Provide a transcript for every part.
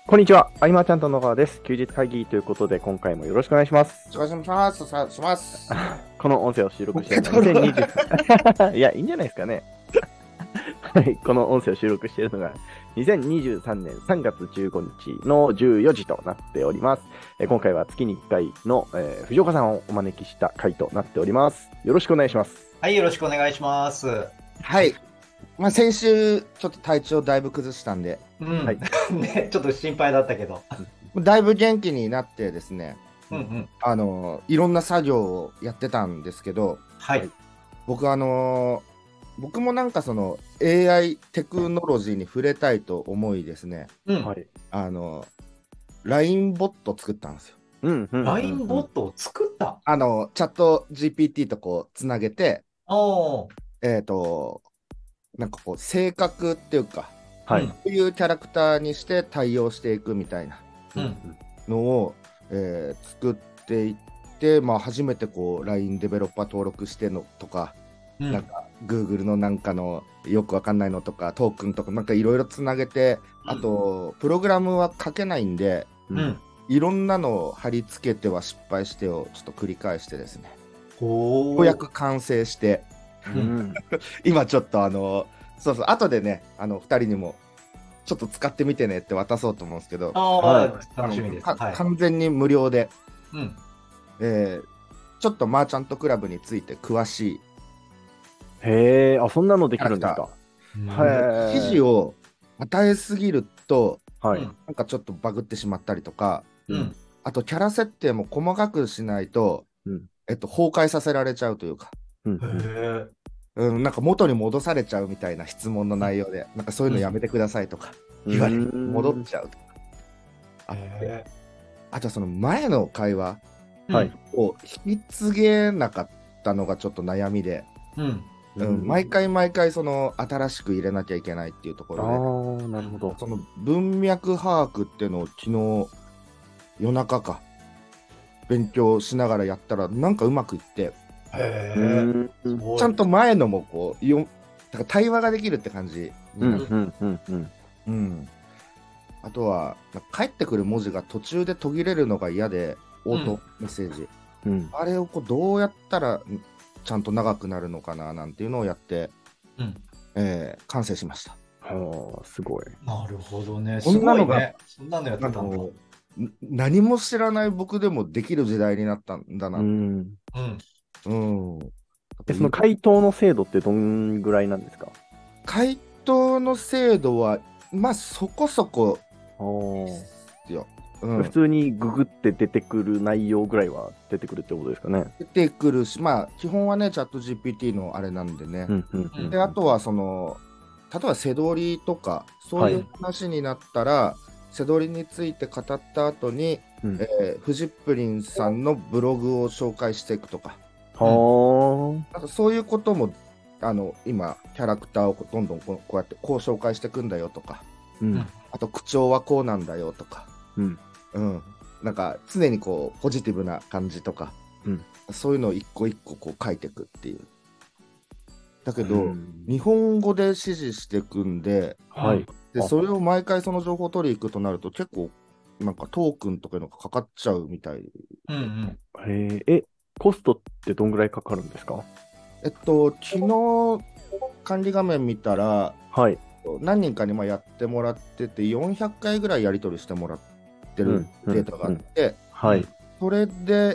こんにちは、あいまちゃんと野川です。休日会議ということで、今回もよろしくお願いします。 お願いします。します。 この音声を収録しているのが受け取る。 2023いや、いいんじゃないですかね。はい、この音声を収録しているのが2023年3月15日の14時となっております。今回は月に1回の、藤岡さんをお招きした回となっております。よろしくお願いします。 はい、よろしくお願いします。 はい。先週、ちょっと体調だいぶ崩したんで、 はい。 ね、ちょっと心配だったけど。 だいぶ元気になってですね、 うんうん。 いろんな作業をやってたんですけど、 はい。 僕、僕もなんかその AI テクノロジーに触れたいと思いですね、 うん。 はい。 LINE ボット作ったんですよ。 LINE ボットを作った。 チャット GPT とこうつなげて、 おー。 えっと、なんかこう、性格っていうか、 はい。 こういうキャラクターにして対応していくみたいなうん。 のを、作っていって、まあ、初めてこう LINE デベロッパー登録してのとか、 うん。 なんか Google のなんかのよくわかんないのとか、トークンとかなんかいろいろつなげて、あと、プログラムは書けないんで、 うん。 いろんなのを貼り付けては失敗してをちょっと繰り返してですね、 ほー。 ようやく完成して、今ちょっとそうそう、後でね、2人にもちょっと使ってみてねって渡そうと思うんですけど、 はい。 楽しみです。はい。 完全に無料で、 うん。 えーちょっとマーチャントクラブについて詳しいへえ、あ、そんなのできるんですか。 記へえ。 事を与えすぎると、 はい。 なんかちょっとバグってしまったりとか、 うん。 あとキャラ設定も細かくしないと、 うん。 崩壊させられちゃうというか、 うん。 へうん。 え。 なんか元に戻されちゃうみたいな質問の内容で、なんかそういうのやめてくださいとかう言われて、戻っん。 ちゃうとかあって、 へあとはその前の会話え。 はい。 を引き継げなかったのがちょっと悩みで、 うん。 毎回毎回その新しく入れなきゃいけないっていうとこあろで、 あ、なるほど。 その文脈把握っていうのを昨日夜中か勉強しながらやったらなんかうまくいって、 へうえ。 ん。うん。 すごい。 ちゃんと前のもこうだから対話ができるって感じうん。 になる。 うん。うん。 うん、あとはなんか返ってくる文字が途中で途切れるのが嫌で、オートメッセージ、 うん。 あれをこうどうやったらちゃんと長くなるのかななんていうのをやって、 うん。 完成しました。 はあ、すごい。 なるほどね。 こすんなのがごいね。そんなのやってたんだ。 何も知らない僕でもできる時代になったんだな。 うん。 うん。 うん。 その回答の精度ってどんぐらいなんですか？ 回答の精度は、まあそこそこああ。 ですよ。 普通にググって出てくる内容ぐらいは出てくるってことですかね。 出てくるし、まあ基本はね、チャット GPT のあれなんでね。で、あとはその、例えばセドリとか、そういう話になったら、セドリについて語った後に、フジップリンさんのブログを紹介していくとか、 はなんかそういうことも、今、キャラクターをどんどんこうやってこう紹介していくんだよとか、 あ。 あと口調はこうなんだよとか、なんか常にこうポジティブな感じとか、そういうのを一個一個こう書いていくっていう。だけど、日本語で指示していくんで、でそれを毎回その情報を取りに行くとなると結構なんかトークンとかいうのがかかっちゃうみたい。 コストってどんぐらいかかるんですか？ 昨日管理画面見たら、 はい。 何人かにやってもらってて400回ぐらいやり取りしてもらってるデータがあって、それで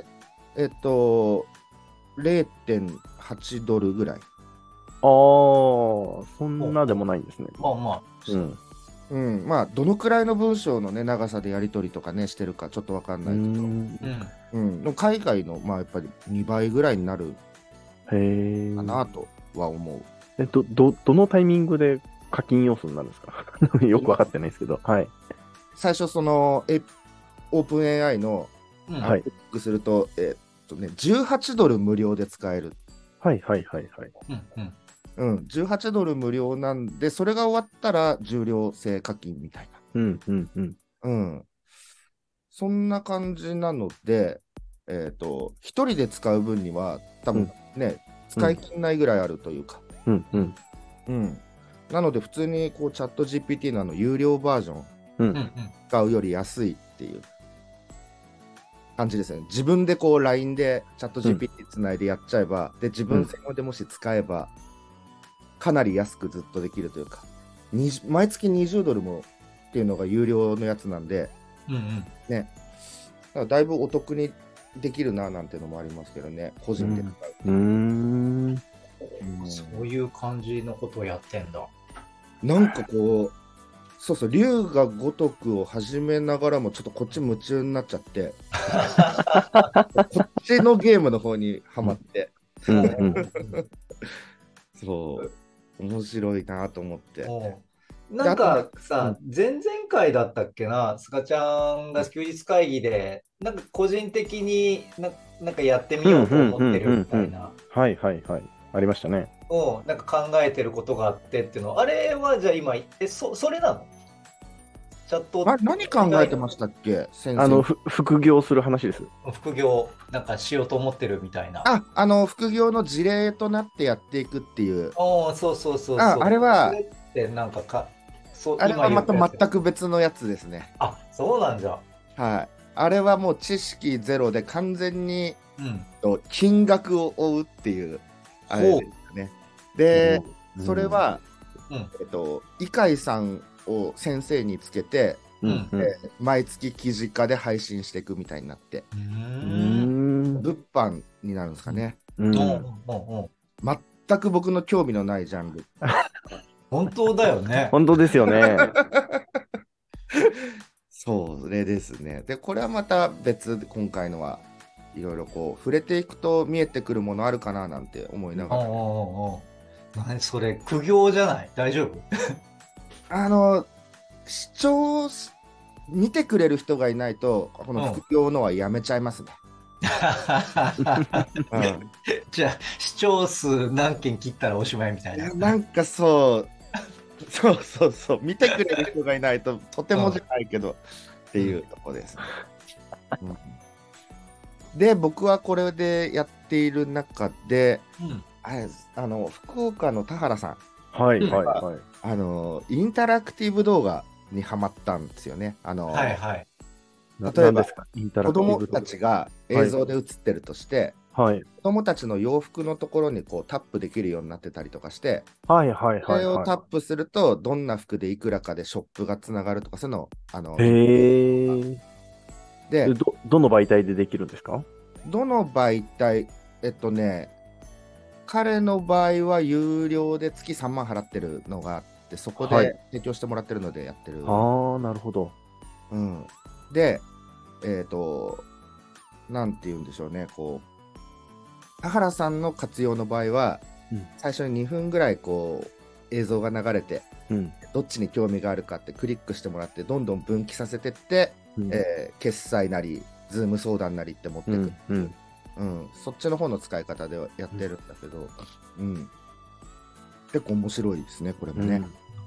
0.8ドルぐらい。 ああ、そんなでもないんですね。 まあまあ。 まあどのくらいの文章のね長さでやり取りとかねしてるかちょっとわかんないけど、でも海外のやっぱり2倍ぐらいになるかなとは思う。 どのタイミングで課金要素になるんですか？よく分かってないですけど。はい。 最初そのオープン AI のクリックすると、18ドル無料で使える。18ドル無料なんで、それが終わったら重量制課金みたいな。そんな感じなので、一人で使う分には多分ね、使い切んないぐらいあるというか。なので普通にこうチャット GPT の有料バージョン使うより安いっていう感じですよね。自分でこう LINE でチャット GPT つないでやっちゃえば、で自分専用でもし使えば、かなり安くずっとできるというか、毎月$20もっていうのが有料のやつなんで、ね、だからだいぶお得にできるななんてのもありますけどね、個人で使う。 そういう感じのことをやってんだ。 なんかこう、そうそう、龍が如くを始めながらもちょっとこっち夢中になっちゃってこっちのゲームの方にはまって、そう面白いなと思って。 なんかさ、前々回だったっけな、スカちゃんが休日会議でなんか個人的になんかやってみようと思ってるみたいな、 はいはいはい、ありましたね。 なんか考えてることがあってっていうの、あれはじゃあ今それなの？チャット何考えてましたっけ、先生。 副業する話です。 副業なんかしようと思ってるみたいな。 副業の事例となってやっていくっていう。 そうそうそう。 あれはなんかあれはまた全く別のやつですね。 そうなんじゃ。 はい。あれはもう知識ゼロで完全に、金額を追うっていうあれですね。で、それは、伊海さんを先生につけて、毎月記事化で配信していくみたいになって、物販になるんですかね。全く僕の興味のないジャンル。 本当だよね。 本当ですよね。 それですね。で、これはまた別で、今回のはいろいろこう触れていくと見えてくるものあるかななんて思いながら。 何それ、苦行じゃない？大丈夫？ 見てくれる人がいないと、この副業のはやめちゃいますね。 じゃあ視聴数何件切ったらおしまいみたいな。 なんかそう見てくれる人がいないととてもじゃないけど、っていうとこですね。で僕はこれでやっている中で、福岡の田原さん、インタラクティブ動画にハマったんですよね。例えば子供たちが映像で映ってるとして、子供たちの洋服のところにこうタップできるようになってたりとかして、それをタップするとどんな服でいくらかでショップがつながるとか、そういうので、どの媒体でできるんですか？ どの媒体、彼の場合は有料で月3万払ってるのがあって、そこで提供してもらってるのでやってる。 なるほど。 で、なんて言うんでしょうね、こう、田原さんの活用の場合は、最初に2分ぐらいこう映像が流れて、どっちに興味があるかってクリックしてもらって、どんどん分岐させてって、決済なり、ズーム相談なりって持ってくる。そっちの方の使い方でやってるんだけど、結構面白いですね、これもね。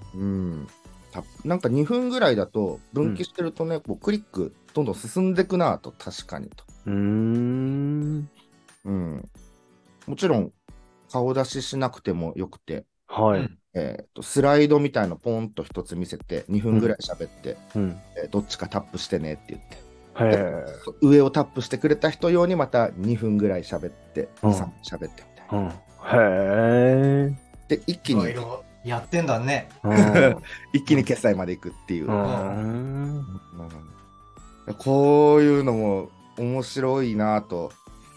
なんか2分ぐらいだと分岐してるとね、こうクリックどんどん進んでいくなと、確かにと。もちろん顔出ししなくてもよくて、スライドみたいのポンと一つ見せて2分ぐらい喋って、どっちかタップしてねって言って、上をタップしてくれた人用にまた2分ぐらい喋って、3分喋ってみたいな。で一気にやってんだね。 一気に決済までいくっていう。こういうのも面白いなと。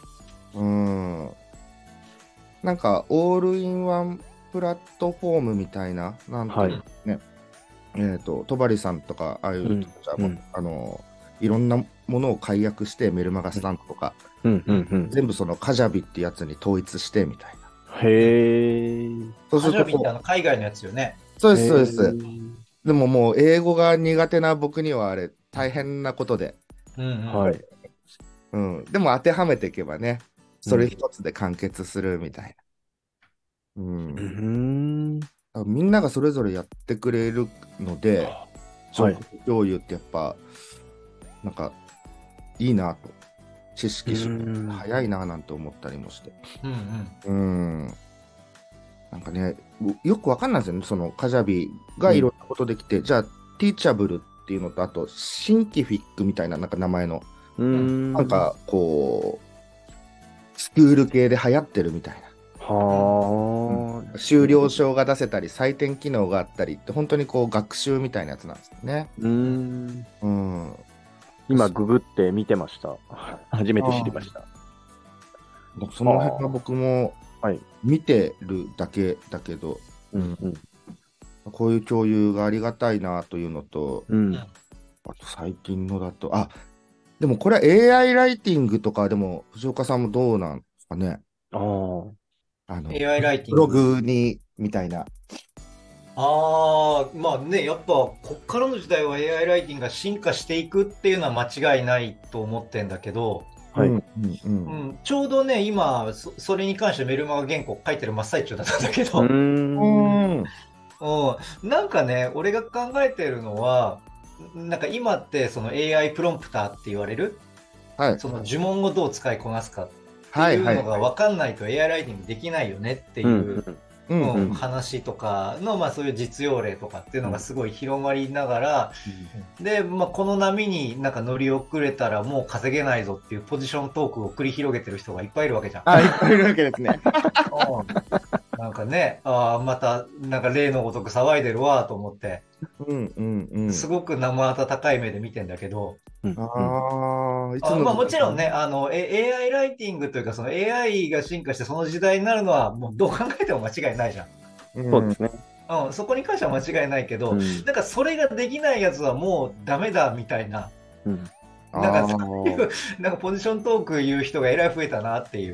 なんかオールインワンプラットフォームみたいな、なんていうね、戸張さんとかああいう人たちはもいろんなものを解約して、メルマガスタンプとか、全部そのカジャビってやつに統一してみたいな。 そうするとカジャビって海外のやつよね。 そうですそうです。でももう英語が苦手な僕にはあれ大変なことで、でも当てはめていけばね、それ一つで完結するみたいな。みんながそれぞれやってくれるので、情報共有ってやっぱなんかいいなと、知識早いななんて思ったりもして、なんかね、よくわかんないですよね。そのカジャビがいろんなことできて、じゃあティーチャブルっていうのと、あとシンキフィックみたいななんか名前の、なんかこうスクール系で流行ってるみたいな。 はあ、 修了証が出せたり採点機能があったりって本当にこう学習みたいなやつなんですよね。 今ググって見てました。初めて知りました。 その辺は僕も見てるだけだけど、こういう共有がありがたいなというのと、あと最近のだと、でもこれは AI ライティングとかでも藤岡さんもどうなんですかね。 AI ライティング。 ブログにみたいな。 まあね、やっぱこっからの時代は AI ライティングが進化していくっていうのは間違いないと思ってんだけど、ちょうどね、今それに関してメルマガ原稿書いてる真っ最中だったんだけど、なんかね、俺が考えてるのは、なんか今ってその AI プロンプターって言われる、その呪文をどう使いこなすかっていうのが分かんないと AI ライティングできないよねっていう話とかの、まあそういう実用例とかっていうのがすごい広まりながら、で、まあこの波になんか乗り遅れたらもう稼げないぞっていうポジショントークを繰り広げてる人がいっぱいいるわけじゃん。 いっぱいいるわけですね。 なんかね、またなんか例のごとく騒いでるわと思って、すごく生温かい目で見てんだけど、まあもちろんね、AI ライティングというか、その AI が進化してその時代になるのは、もうどう考えても間違いないじゃん。 そうですね。 そこに関しては間違いないけど、なんかそれができないやつはもうダメだみたいな、なんかそういう、なんかポジショントーク言う人がえらい増えたなっていう。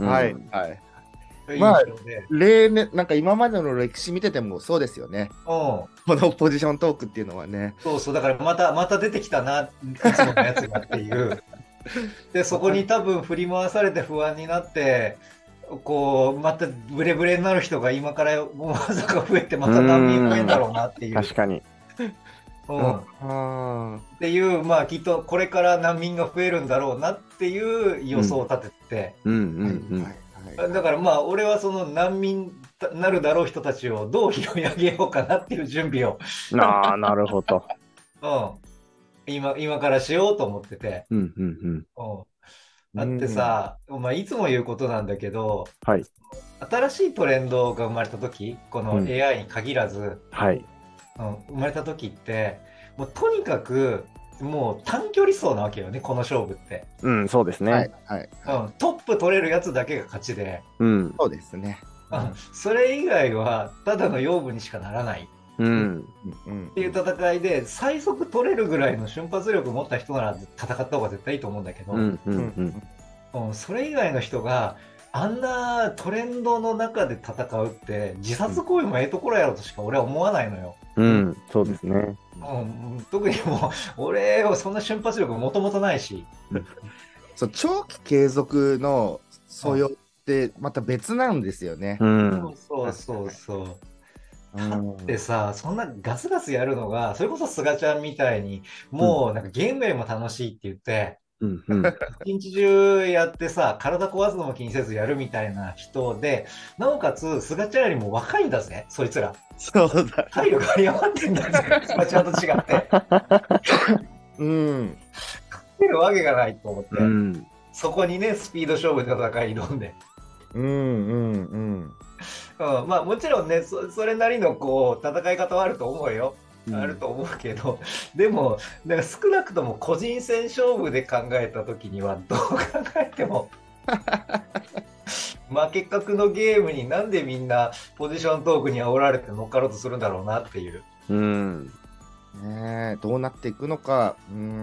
まあ、例年、なんか今までの歴史見ててもそうですよね。このポジショントークっていうのはね。 そう、だからまた出てきたな、いつものやつがっていう。で、そこに多分振り回されて不安になって、こう、またブレブレになる人が今からまさか増えて、また難民増えんだろうなっていう。 確かに。 っていう、まあきっとこれから難民が増えるんだろうなっていう予想を立てて、だからまあ俺はその難民なるだろう人たちをどう拾い上げようかなっていう準備をなるほど、 今からしようと思ってて、だってさ、まあ、いつも言うことなんだけど、新しいトレンドが生まれた時、この AI に限らず、生まれた時ってもうとにかくもう短距離走なわけよね、この勝負って。 そうですね。 トップ取れるやつだけが勝ちで、 そうですね。 それ以外はただの養分にしかならないっていう戦いで、最速取れるぐらいの瞬発力を持った人なら戦った方が絶対いいと思うんだけど、それ以外の人があんなトレンドの中で戦うって自殺行為もええところやろとしか俺は思わないのよ。 そうですね。 特にもう俺はそんな瞬発力もともとないし、 長期継続の素養ってまた別なんですよね。 そうでさ、そんなガツガツやるのがそれこそ菅ちゃんみたいにもうなんかゲームよりも楽しいって言って、一日中やってさ、体壊すのも気にせずやるみたいな人で、なおかつ菅ちゃんよりも若いんだぜ、そいつら。 そうだ。 体力あり余ってんだぜ、菅ちゃんと違って。勝てるわけがないと思って、そこにね、スピード勝負で戦い挑んで。まあもちろんね、それなりのこう戦い方はあると思うよ。あると思うけど、でもなんか少なくとも個人戦勝負で考えた時にはどう考えても負け格のゲームになんでみんなポジショントークに煽られて乗っかろうとするんだろうなっていう。 どうなっていくのか。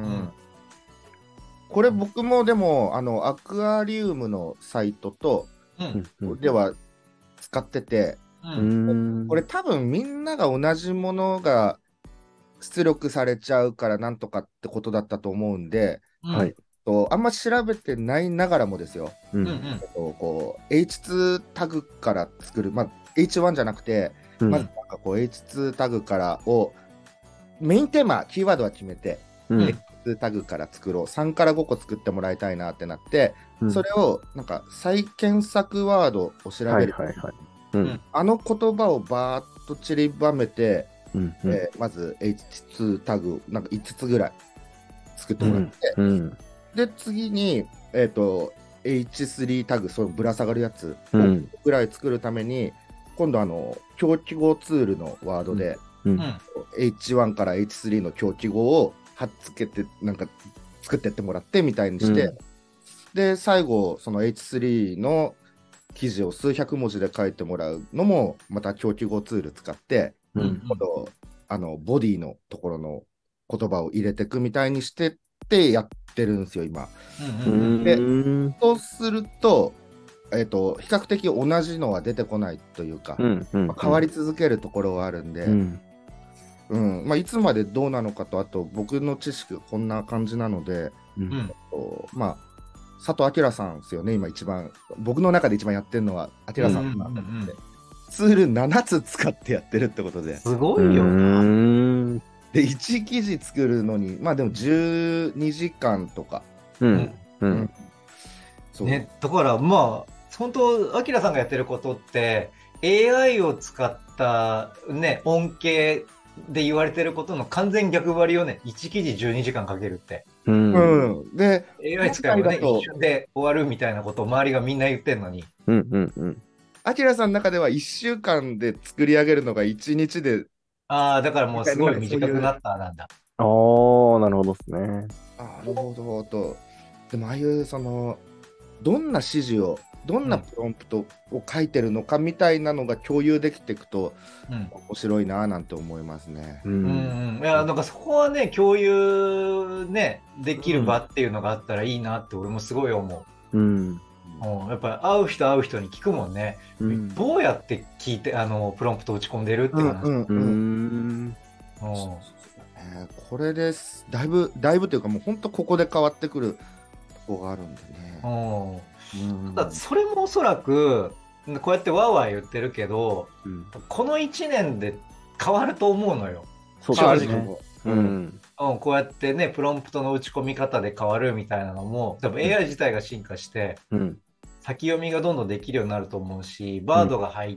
これ僕もでもアクアリウムのサイトとでは使ってて、これ多分みんなが同じものが出力されちゃうからなんとかってことだったと思うんで、あんま調べてないながらもですよ、こう H2 タグから作る、H1 じゃなくて、まずなんかこう H2 タグからをメインテーマ、キーワードは決めて、H2 タグから作ろう、3から5個作ってもらいたいなってなって、それをなんか再検索ワードを調べる、あの言葉をバーッと散りばめてまず H2 タグなんか5つぐらい作ってもらって、で次に、H3 タグ、そのぶら下がるやつぐらい作るために、今度強記号ツールのワードで、H1 から H3 の強記号を貼っつけてなんか作ってってもらってみたいにして、で最後その H3 の記事を数百文字で書いてもらうのもまた強記号ツール使って、今度ボディのところの言葉を入れていくみたいにしてってやってるんですよ今。でそうすると、比較的同じのは出てこないというか、変わり続けるところはあるんで、いつまでどうなのかと、あと僕の知識がこんな感じなので、佐藤明さんですよね、今一番僕の中で一番やってるのは明さんなんだって、ツール7つ使ってやってるってことで、 すごいよな。 で1記事作るのにでも12時間とか、 そうね、だから本当明さんがやってることって AI を使ったね恩恵で言われてることの完全逆張りをね、1記事12時間かけるって。 で、 AI 使えばね、一瞬で終わるみたいなことを周りがみんな言ってんのに。 アキラさんの中では1週間で作り上げるのが1日で。 だからもうすごい短くなったなんだ。 なるほどですね。 なるほどと。でもああいうどんな指示を、どんなプロンプトを書いてるのかみたいなのが共有できていくと面白いななんて思いますね。 いやなんかそこはね共有ねできる場っていうのがあったらいいなって俺もすごい思う。やっぱり会う人に聞くもんね。どうやって聞いてプロンプト打ち込んでるって話。 これです。だいぶというかもう本当ここで変わってくるとこがあるんでね。 ただそれもおそらくこうやってわーわー言ってるけど、この1年で変わると思うのよ。 正直。 こうやってねプロンプトの打ち込み方で変わるみたいなのも多分 AI 自体が進化して、先読みがどんどんできるようになると思うし、バードが入って、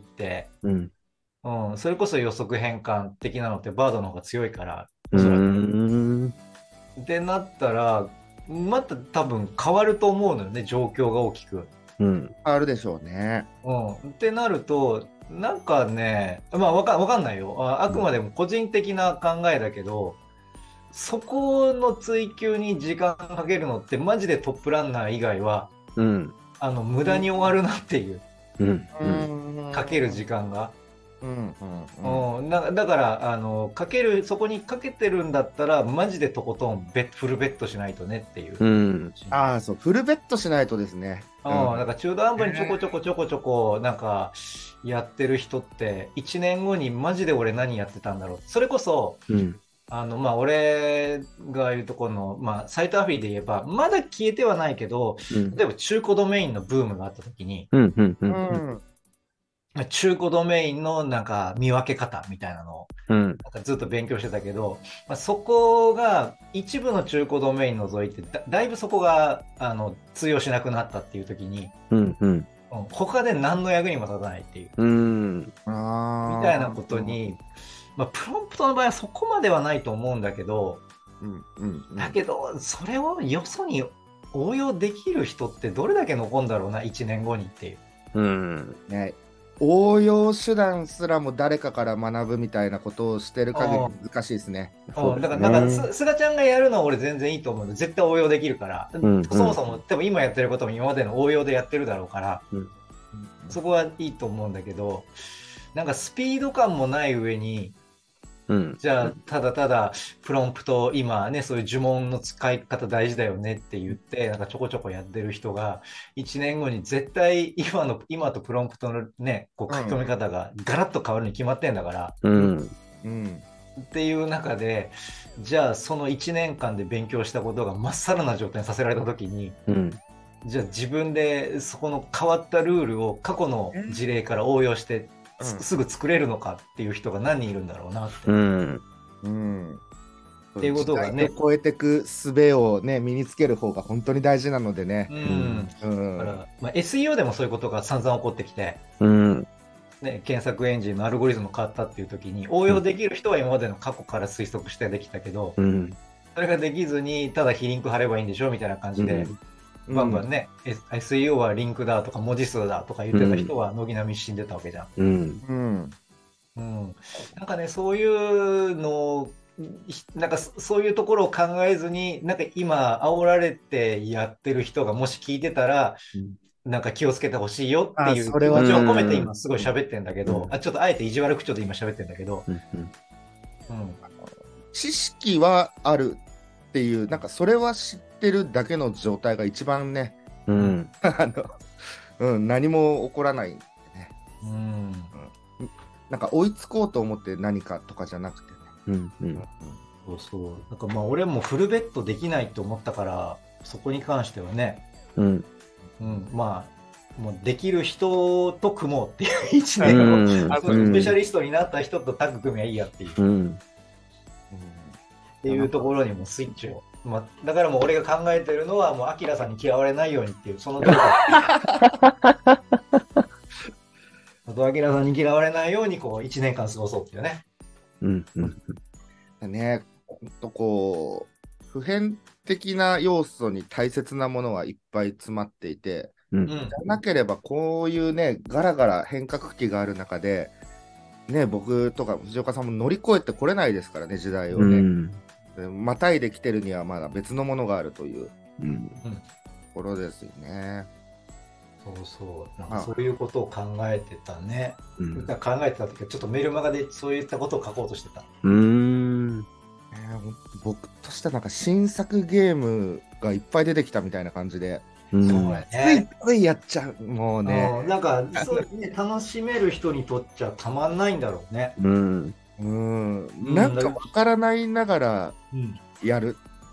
それこそ予測変換的なのってバードの方が強いからおそらく。ってなったらまた多分変わると思うのよね、状況が大きく。 変わるでしょうね。 ってなるとなんかね、わかんないよ。あくまでも個人的な考えだけど、そこの追求に時間かけるのってマジでトップランナー以外は、無駄に終わるなっていう、かける時間が。だからそこにかけてるんだったらマジでとことんフルベットしないとねっていう、 そうフルベットしないとですね。 なんか中途半端にちょこちょこなんかやってる人って1年後にマジで俺何やってたんだろう。それこそ、俺がいるところの、サイトアフィで言えばまだ消えてはないけど、例えば中古ドメインのブームがあった時に、中古ドメインのなんか見分け方みたいなのをなんかずっと勉強してたけど、そこが一部の中古ドメイン除いて だいぶそこが通用しなくなったっていう時に、他で何の役にも立たないっていう、みたいなことに、プロンプトの場合はそこまではないと思うんだけど、だけどそれをよそに応用できる人ってどれだけ残るんだろうな1年後にっていう。 応用手段すらも誰かから学ぶみたいなことをしてる限り難しいですね。 だから菅ちゃんがやるのは俺全然いいと思うので、絶対応用できるから、そもそも多分今やってることも今までの応用でやってるだろうから、そこはいいと思うんだけど、なんかスピード感もない上に、じゃあただただプロンプト今ねそういう呪文の使い方大事だよねって言ってなんかちょこちょこやってる人が1年後に絶対今とプロンプトのねこう書き込み方がガラッと変わるに決まってんだから、っていう中でじゃあその1年間で勉強したことがまっさらな状態にさせられた時に、じゃあ自分でそこの変わったルールを過去の事例から応用してすぐ作れるのかっていう人が何人いるんだろうなって。っていうことがね。 超えていく術をね身につける方が本当に大事なのでね。 だからSEO でもそういうことが散々起こってきて、 ね、検索エンジンのアルゴリズム変わったっていう時に、応用できる人は今までの過去から推測してできたけど、それができずに、ただ非リンク貼ればいいんでしょみたいな感じで、バンバンね、SEO はリンクだとか文字数だとか言ってた人は軒並み死んでたわけじゃん。なんかね、そういうのなんかそういうところを考えずに、なんか今煽られてやってる人がもし聞いてたら、なんか気をつけてほしいよっていう気持ちを込めて今すごい喋ってんだけど、ちょっとあえて意地悪口調で今喋ってんだけど、 知識はあるっていう、なんかそれは知ってるだけの状態が一番ね、何も起こらないんでね。なんか追いつこうと思って何かとかじゃなくてね。 そうそう。なんかまあ俺もフルベットできないと思ったから、そこに関してはね、まあ、もうできる人と組もうっていう一年スペシャリストになった人とタッグ組みはいいやっていう。っていうところにもスイッチを。だからもう俺が考えてるのは、もうアキラさんに嫌われないようにっていう、そのところ。アキラさんに嫌われないように、こう、1年間過ごそうっていうね。 ね、ほんとこう、普遍的な要素に大切なものはいっぱい詰まっていて、じゃなければこういうね、ガラガラ変革期がある中で、ね、僕とか藤岡さんも乗り越えてこれないですからね、時代をね。またいできてるにはまだ別のものがあるというところですよね。 そうそう。なんかそういうことを考えてたね。考えてた時はちょっとメルマガでそういったことを書こうとしてた。 僕としてはなんか新作ゲームがいっぱい出てきたみたいな感じで、 そうやね。 ついやっちゃう。もうね。 なんかそうね、楽しめる人にとっちゃたまんないんだろうね。 なんかわからないながらやるって、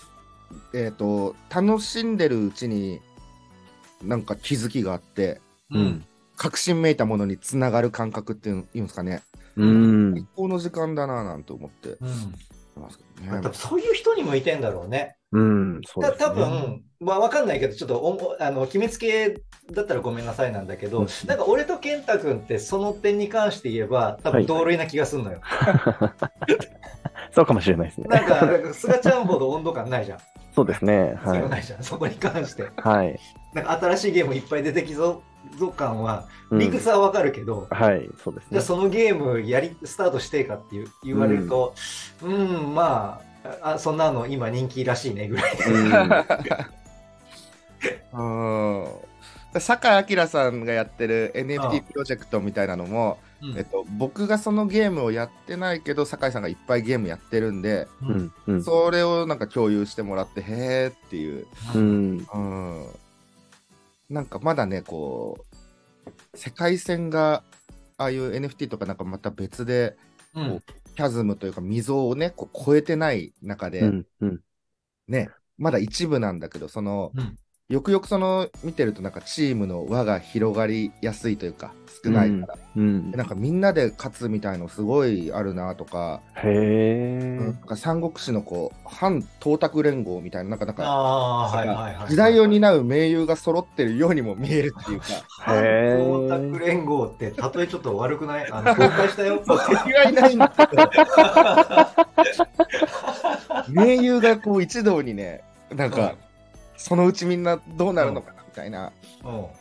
楽しんでるうちになんか気づきがあって、確信めいたものにつながる感覚っていうんですかね。最高の時間だななんて思ってますけどね。そういう人にもいてんだろうね。多分、わかんないけど、ちょっと決めつけだったらごめんなさいなんだけど、なんか俺と健太君ってその点に関して言えば、多分同類な気がするのよ。 そうかもしれないですね。 なんか、すがちゃんほど温度感ないじゃん。 そうですね。 ないじゃん、そこに関して。なんか新しいゲームいっぱい出てきそう感は、理屈はわかるけど、 そうですね。 じゃあそのゲームスタートしてかって言われると、まあ、そんなの今人気らしいねぐらいで。酒井明さんがやってる NFT プロジェクトみたいなのも、僕がそのゲームをやってないけど酒井さんがいっぱいゲームやってるんで、それをなんか共有してもらってへーっていう、なんかまだねこう世界線がああいう NFT とかなんかまた別でこうキャズムというか溝をねこう越えてない中で、ねまだ一部なんだけどその、よくよくその見てるとなんかチームの輪が広がりやすいというか少ないから、なんかみんなで勝つみたいのすごいあるなとか、なんか三国志のこう反董卓連合みたいななんか時代を担う盟友が揃ってるようにも見えるっていうか。 反董卓連合って例えちょっと悪くない？公開したよ。 敵はいないんだけど盟友がこう一堂にねなんか、そのうちみんなどうなるのかなみたいな。こ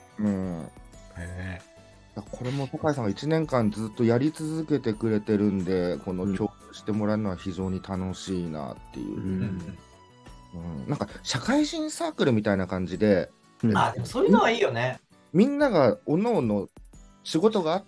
れも酒井さんが1年間ずっとやり続けてくれてるんで、この共有してもらえるのは非常に楽しいなっていう。なんか社会人サークルみたいな感じで。 でもそういうのはいいよね。 みんながおのおの仕事があって、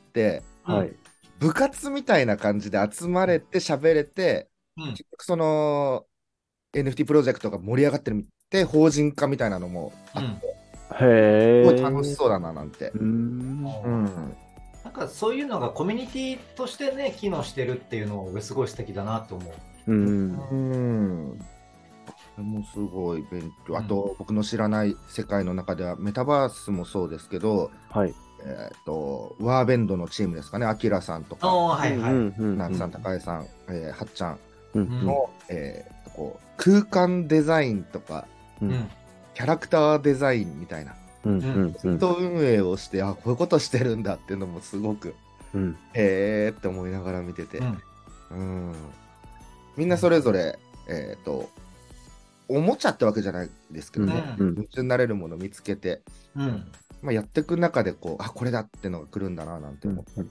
部活みたいな感じで集まれて喋れて、結局その NFT プロジェクトが盛り上がってるで法人化みたいなのもあって、すごい楽しそうだななんて。 なんかそういうのがコミュニティとしてね機能してるっていうのがすごい素敵だなと思う。 それもすごい勉強。あと僕の知らない世界の中ではメタバースもそうですけど、ワーベンドのチームですかね、アキラさんとか、夏さん、高江さん、はっちゃんの、こう空間デザインとか、キャラクターデザインみたいな、 ずっと運営をして、こういうことしてるんだっていうのもすごく、へーって思いながら見てて、みんなそれぞれ、おもちゃってわけじゃないですけどね、夢中になれるものを見つけて、やっていく中でこれだってのが来るんだななんて思って。い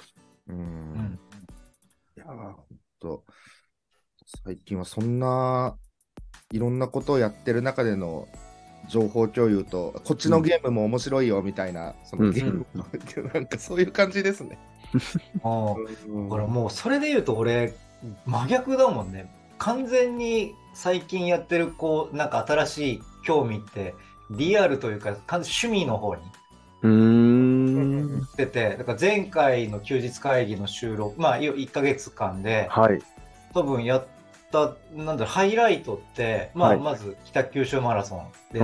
やー、ほんと、最近はそんないろんなことをやってる中での情報共有と、こっちのゲームも面白いよみたいな、そのゲームなんかそういう感じですね。 だからもうそれで言うと俺真逆だもんね。完全に最近やってるなんか新しい興味ってリアルというか趣味の方に出て、だから前回の休日会議の収録、1ヶ月間で、多分やったハイライトって、まず北九州マラソンで、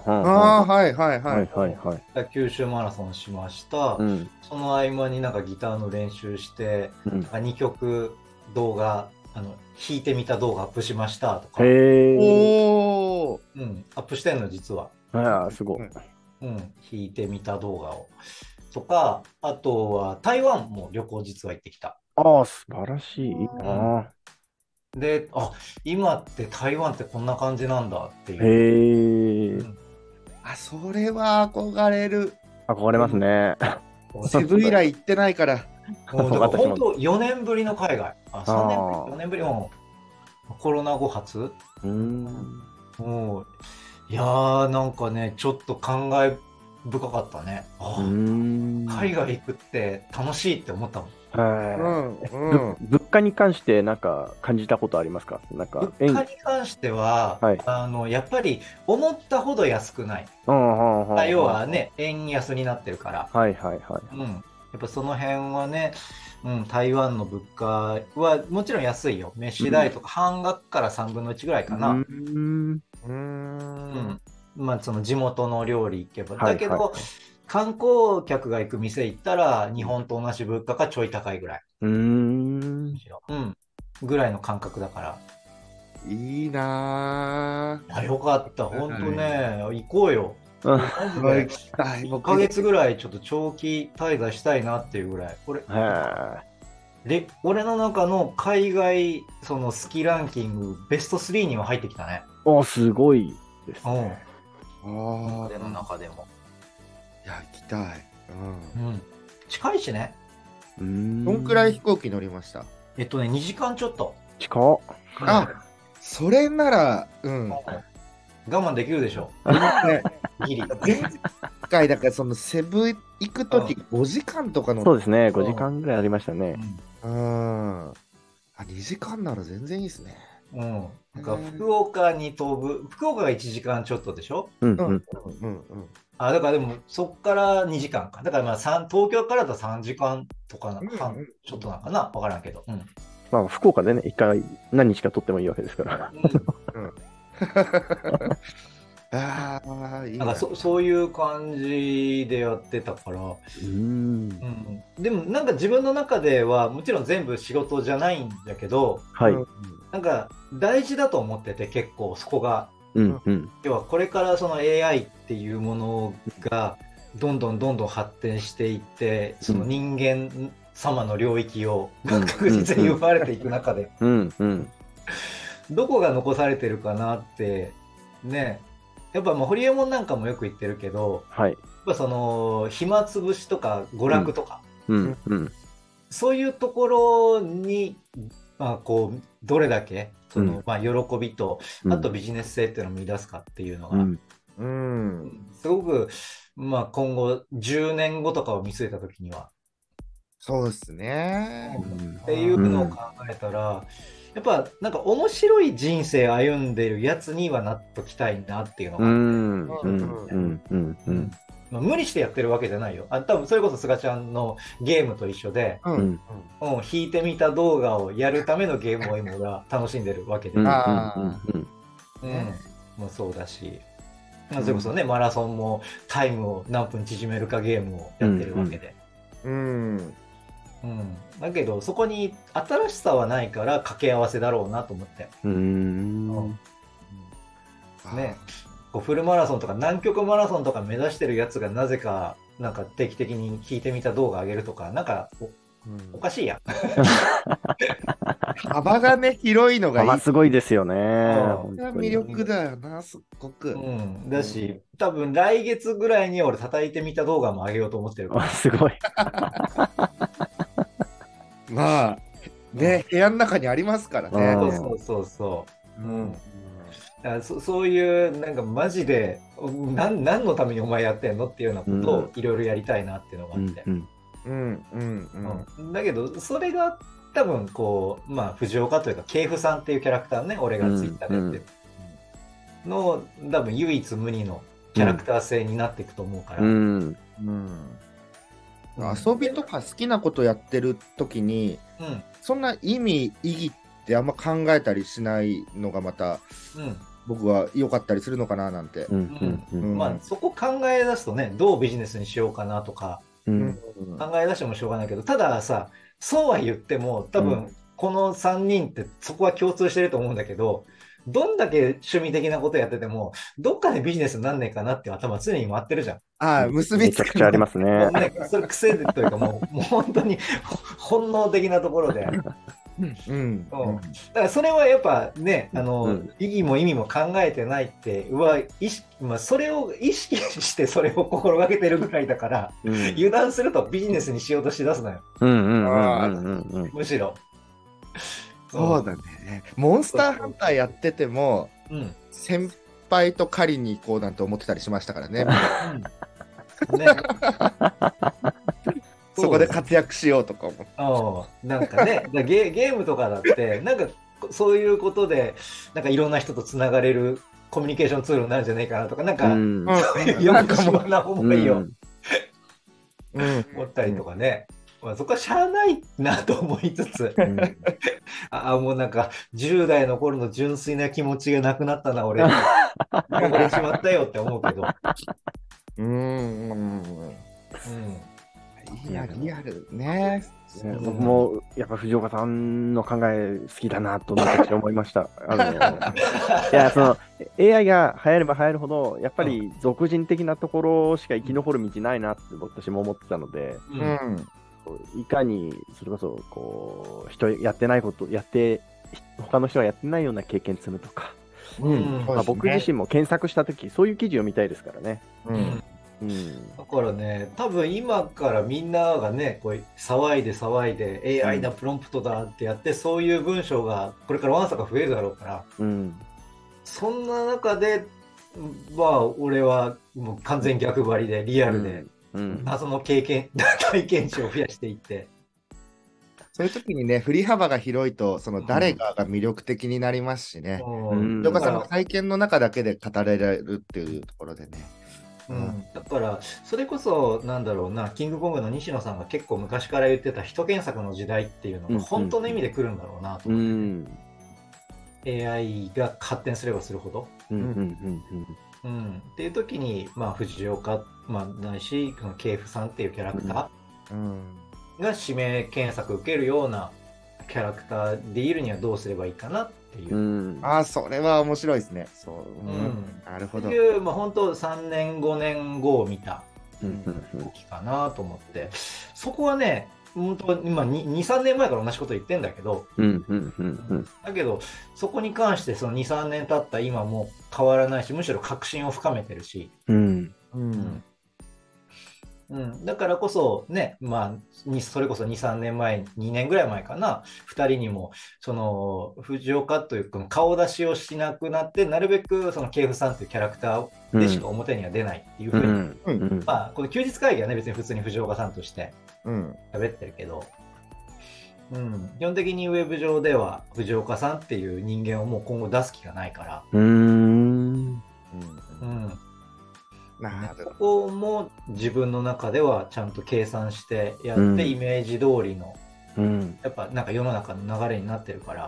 北九州マラソンしました。その合間になんかギターの練習して、2曲動画弾いてみた動画アップしましたとか。アップしてんの実は。 すごい。 弾いてみた動画をとか、あとは台湾も旅行実は行ってきた。 素晴らしいな。 で、今って台湾ってこんな感じなんだっていう。 それは憧れる。 憧れますね。 セブ以来行ってないから。 本当4年ぶりの海外。3年ぶり、4年ぶりもコロナ後初。いやー、なんかね、ちょっと感慨深かったね。海外行くって楽しいって思ったもん。 物価に関してなんか感じたことありますか？なんか物価に関しては、やっぱり思ったほど安くない。要はね、円安になってるから。やっぱその辺はね、台湾の物価はもちろん安いよ。飯代とか半額から3分の1ぐらいかな。その地元の料理行けば。だけど、観光客が行く店行ったら日本と同じ物価かちょい高いぐらい。ぐらいの感覚だから。 いいなぁ。よかった。ほんとね、行こうよ。1ヶ月ぐらいちょっと長期滞在したいなっていうぐらい。俺の中の海外その好きランキングベスト3には入ってきたね。 すごいですね。 俺の中でも。 いや、行きたい。 近いしね。 どんくらい飛行機乗りました ？2時間ちょっと。 近っ。 それなら、 我慢できるでしょ。 ギリ。前回だからそのセブ行くとき5時間とかの。 そうですね、5時間ぐらいありましたね。 2時間なら全然いいですね。 なんか福岡に飛ぶ、福岡が1時間ちょっとでしょ？だからでもそっから2時間か。だから東京からだと3時間とかちょっとなんかな、分からんけど。 福岡でね、一回何日か取ってもいいわけですから。 なんかそういう感じでやってたから。でもなんか自分の中ではもちろん全部仕事じゃないんだけど、なんか大事だと思ってて、結構そこが。要はこれからその AI っていうものがどんどん発展していって、その人間様の領域を確実に奪われていく中でどこが残されてるかなってね。やっぱホリエモンなんかもよく言ってるけど、やっぱその暇つぶしとか娯楽とか、そういうところにどれだけその喜びと、あとビジネス性っていうのを見出すかっていうのが、すごく今後10年後とかを見据えた時にはそうですねっていうのを考えたら、やっぱなんか面白い人生歩んでるやつにはなっときたいなっていうのが無理してやってるわけじゃないよ。多分それこそすがちゃんのゲームと一緒で、弾いてみた動画をやるためのゲームを今が楽しんでるわけで、もそうだし、それこそね、マラソンもタイムを何分縮めるかゲームをやってるわけで。だけどそこに新しさはないから掛け合わせだろうなと思って。ね。 こうフルマラソンとか南極マラソンとか目指してるやつがなぜかなんか定期的に聞いてみた動画上げるとかなんかおかしいやん。 幅がね広いのがいい。 幅すごいですよね。 魅力だよな、すっごく。 だし、多分来月ぐらいに俺叩いてみた動画も上げようと思ってるから。 すごい。 まあね、部屋の中にありますからね。 そう。そういうなんかマジで何のためにお前やってんのっていうようなことをいろいろやりたいなっていうのがあって。だけどそれが多分こう藤岡というか系譜さんっていうキャラクターね、俺がツイッターで言ってるの多分唯一無二のキャラクター性になっていくと思うから。 遊びとか好きなことやってる時に、そんな意義ってあんま考えたりしないのがまた、僕は良かったりするのかななんて。 そこ考え出すとね、どうビジネスにしようかなとか、考え出してもしょうがないけど、たださ、そうは言っても多分この3人ってそこは共通してると思うんだけど、どんだけ趣味的なことやっててもどっかでビジネスになんねえかなっていう頭常に回ってるじゃん。 結びつく。 めちゃくちゃありますね。 それ癖というかもう本当に本能的なところで。だからそれはやっぱね、意義も意味も考えてないってそれを意識してそれを心がけてるぐらいだから、油断するとビジネスにしようとしだすのよ。むしろそうだね。モンスターハンターやってても、先輩と狩りに行こうなんて思ってたりしましたからね。そこで活躍しようとか思って。なんかね、ゲームとかだってなんかそういうことでなんかいろんな人とつながれるコミュニケーションツールになるんじゃないかなとか、なんかそういうよくしな思いを思ったりとかね。そこはしゃあないなと思いつつ、もうなんか10代の頃の純粋な気持ちがなくなったな俺。溺れしまったよって思うけど。 いやリアルね。 僕もやっぱ藤岡さんの考え好きだなと私思いました。いやAI が流行れば流行るほどやっぱり俗人的なところしか生き残る道ないなって私も思ってたので、いかにそれこそこう人やってないことやって他の人がやってないような経験積むとか、僕自身も検索したときそういう記事を見たいですからね。 だからね、多分今からみんながねこう騒いで AI だプロンプトだってやってそういう文章がこれからわんさか増えるだろうから、そんな中で俺はもう完全逆張りでリアルで、謎の体験値を増やしていって、 そういう時にね振り幅が広いとその誰かが魅力的になりますしね、藤岡さんの体験の中だけで語れるっていうところでね、 だからそれこそなんだろうな、キングコングの西野さんが結構昔から言ってた人検索の時代っていうのが本当の意味で来るんだろうなと思って、AI が発展すればするほどっていう時に藤岡、ないし系譜さんっていうキャラクターが指名検索受けるようなキャラクターでいるにはどうすればいいかなっていう。 それは面白いですね。なるほど。 本当3年5年後を見た時かなと思って、そこはね本当今 2,3 年前から同じこと言ってんだけど、だけどそこに関してその 2,3 年経った今も変わらないし、むしろ確信を深めてるし、だからこそね、それこそ 2,3 年前2年ぐらい前かな、2人にもその藤岡というか顔出しをしなくなって、なるべくその系譜さんというキャラクターでしか表には出ないっていうふうに、この休日会議はね別に普通に藤岡さんとして喋ってるけど、基本的にウェブ上では藤岡さんっていう人間をもう今後出す気がないから、ここも自分の中ではちゃんと計算してやって、イメージ通りの、やっぱなんか世の中の流れになってるから、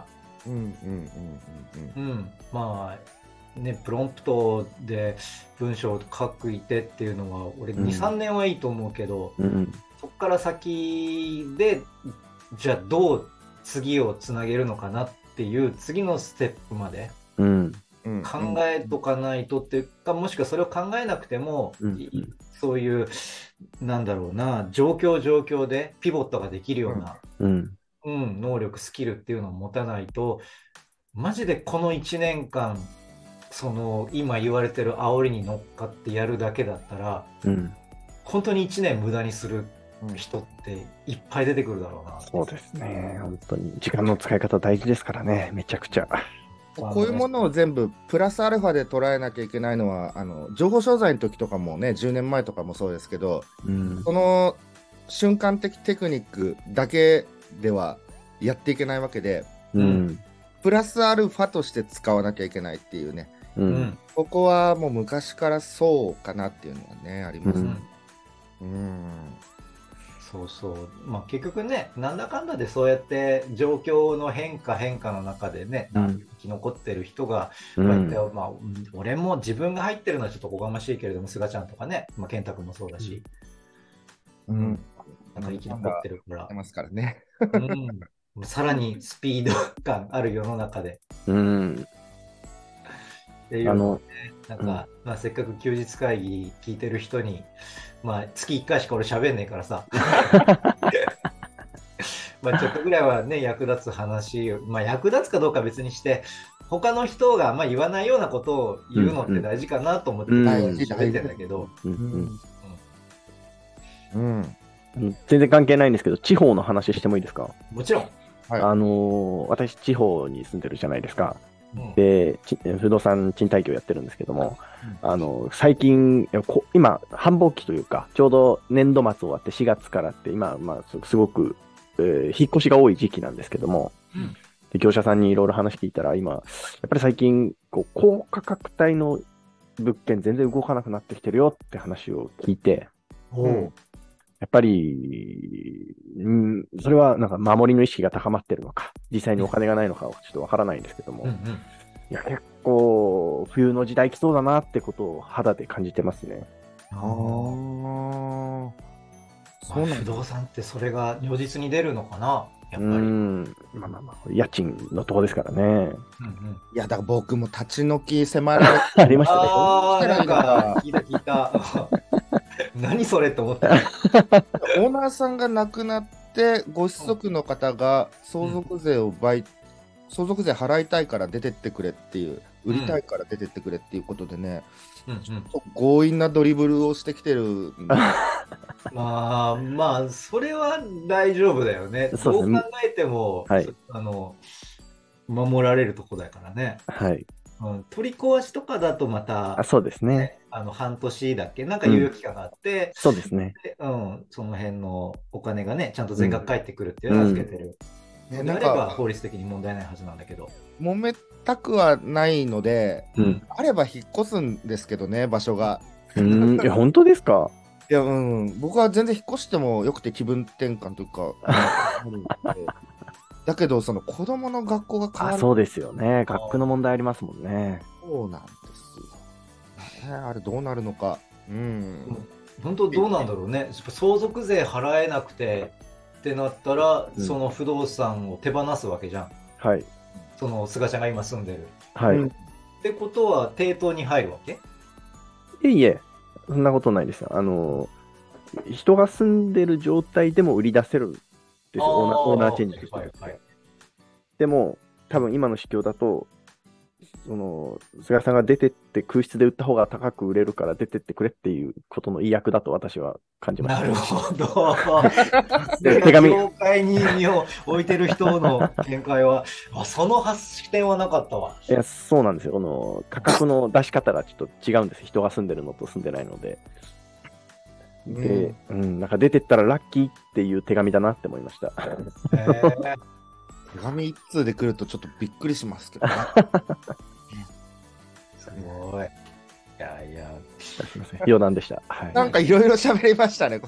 プロンプトで文章を書くいてっていうのは俺 2,3 年はいいと思うけど、そこから先でじゃあどう次をつなげるのかなっていう次のステップまで、 考えとかないとっていうか、もしくはそれを考えなくても、そういう、なんだろうな、状況でピボットができるような、能力、スキルっていうのを持たないと、マジでこの1年間、その今言われてる煽りに乗っかってやるだけだったら、本当に1年無駄にする人っていっぱい出てくるだろうな。 そうですね。本当に時間の使い方大事ですからね、めちゃくちゃ。 こういうものを全部プラスアルファで捉えなきゃいけないのは、情報商材の時とかもね、10年前とかもそうですけど、その瞬間的テクニックだけではやっていけないわけで、プラスアルファとして使わなきゃいけないっていうね、ここはもう昔からそうかなっていうのはね、ありますね。 そうそう。まあ結局ね、なんだかんだでそうやって状況の変化の中でね、生き残ってる人が、こうやってまあ、俺も自分が入ってるのはちょっとおこがましいけれども、菅ちゃんとかね、まあ、健太君もそうだし、なんか生き残ってるから。 ますからね。 さらにスピード感ある世の中で。っていうのね、なんか、まあ、せっかく休日会議聞いてる人に、まあ、月1回しか俺喋んねえからさ。まあちょっとぐらいはね、役立つ話を、まあ役立つかどうか別にして、他の人がまあ言わないようなことを言うのって大事かなと思って喋ってんだけど。 全然関係ないんですけど、地方の話してもいいですか？ もちろん。 私、地方に住んでるじゃないですか。で、不動産賃貸業やってるんですけども、最近、今、繁忙期というか、ちょうど年度末終わって4月からって、今、まあ、すごく、引っ越しが多い時期なんですけども、で業者さんにいろいろ話聞いたら、今、やっぱり最近、高価格帯の物件全然動かなくなってきてるよって話を聞いて、やっぱり、それはなんか守りの意識が高まってるのか、実際にお金がないのかはちょっとわからないんですけども、いや、結構、冬の時代来そうだなってことを肌で感じてますね。 そうなん不動産ってそれが如実に出るのかな、やっぱり。 まあ、家賃のとこですからね。 いや、だから僕も立ち退き迫られてありましたね。 なんか、聞いた。何それって思った。 オーナーさんが亡くなって、ご子息の方が相続税払いたいから出てってくれっていう、売りたいから出てってくれっていうことでね、ちょっと強引なドリブルをしてきてる。 まあ、それは大丈夫だよね。どう考えても、守られるとこだからね。取り壊しとかだとまた、 そうですね。 半年だっけ、なんか猶予期間があって、 そうですね。 その辺のお金がね、ちゃんと全額返ってくるっていうのをつけてる。であれば法律的に問題ないはずなんだけど。 揉めたくはないので、あれば引っ越すんですけどね、場所が。 本当ですか？ いや、僕は全然引っ越してもよくて気分転換というか。だけど、その子供の学校が変わる。 そうですよね。学区の問題ありますもんね。 そうなんですよ。あれどうなるのか。 本当どうなんだろうね。相続税払えなくてってなったら、その不動産を手放すわけじゃん。その菅ちゃんが今住んでる。ってことは、抵当に入るわけ？ いえ、そんなことないですよ。人が住んでる状態でも売り出せるんですよ、オーナーチェンジとして。でも、多分今の市況だと、菅さんが出てって空室で売った方が高く売れるから出てってくれっていうことの意訳だと私は感じました。 なるほど。手紙。業界に身を置いてる人の見解は、その視点はなかったわ。 いや、そうなんですよ。価格の出し方がちょっと違うんです。人が住んでるのと住んでないので。で、なんか出てったらラッキーっていう手紙だなって思いました。 手紙一通で来るとちょっとびっくりしますけどね。 すごい。いや。 すみません。余談でした。 なんかいろいろ喋りましたね、こ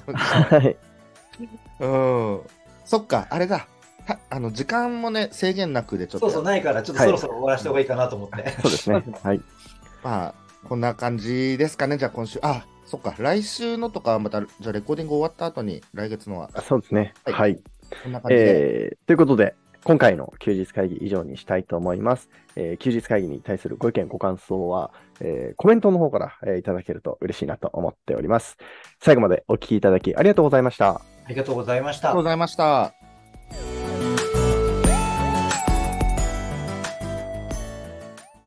のそっか、あれだ。時間もね、制限なくでちょっと。 そうないから、ちょっとそろそろ終わらせた方がいいかなと思って。 そうですね。 まあ、こんな感じですかね、じゃあ今週。そっか、来週のとか、また、じゃあレコーディング終わった後に、来月のは。 そうですね。こんな感じで。ということで、 今回の休日会議以上にしたいと思います。休日会議に対するご意見、ご感想は、コメントの方から、いただけると嬉しいなと思っております。最後までお聞きいただきありがとうございました。 ありがとうございました。 ありがとうございました。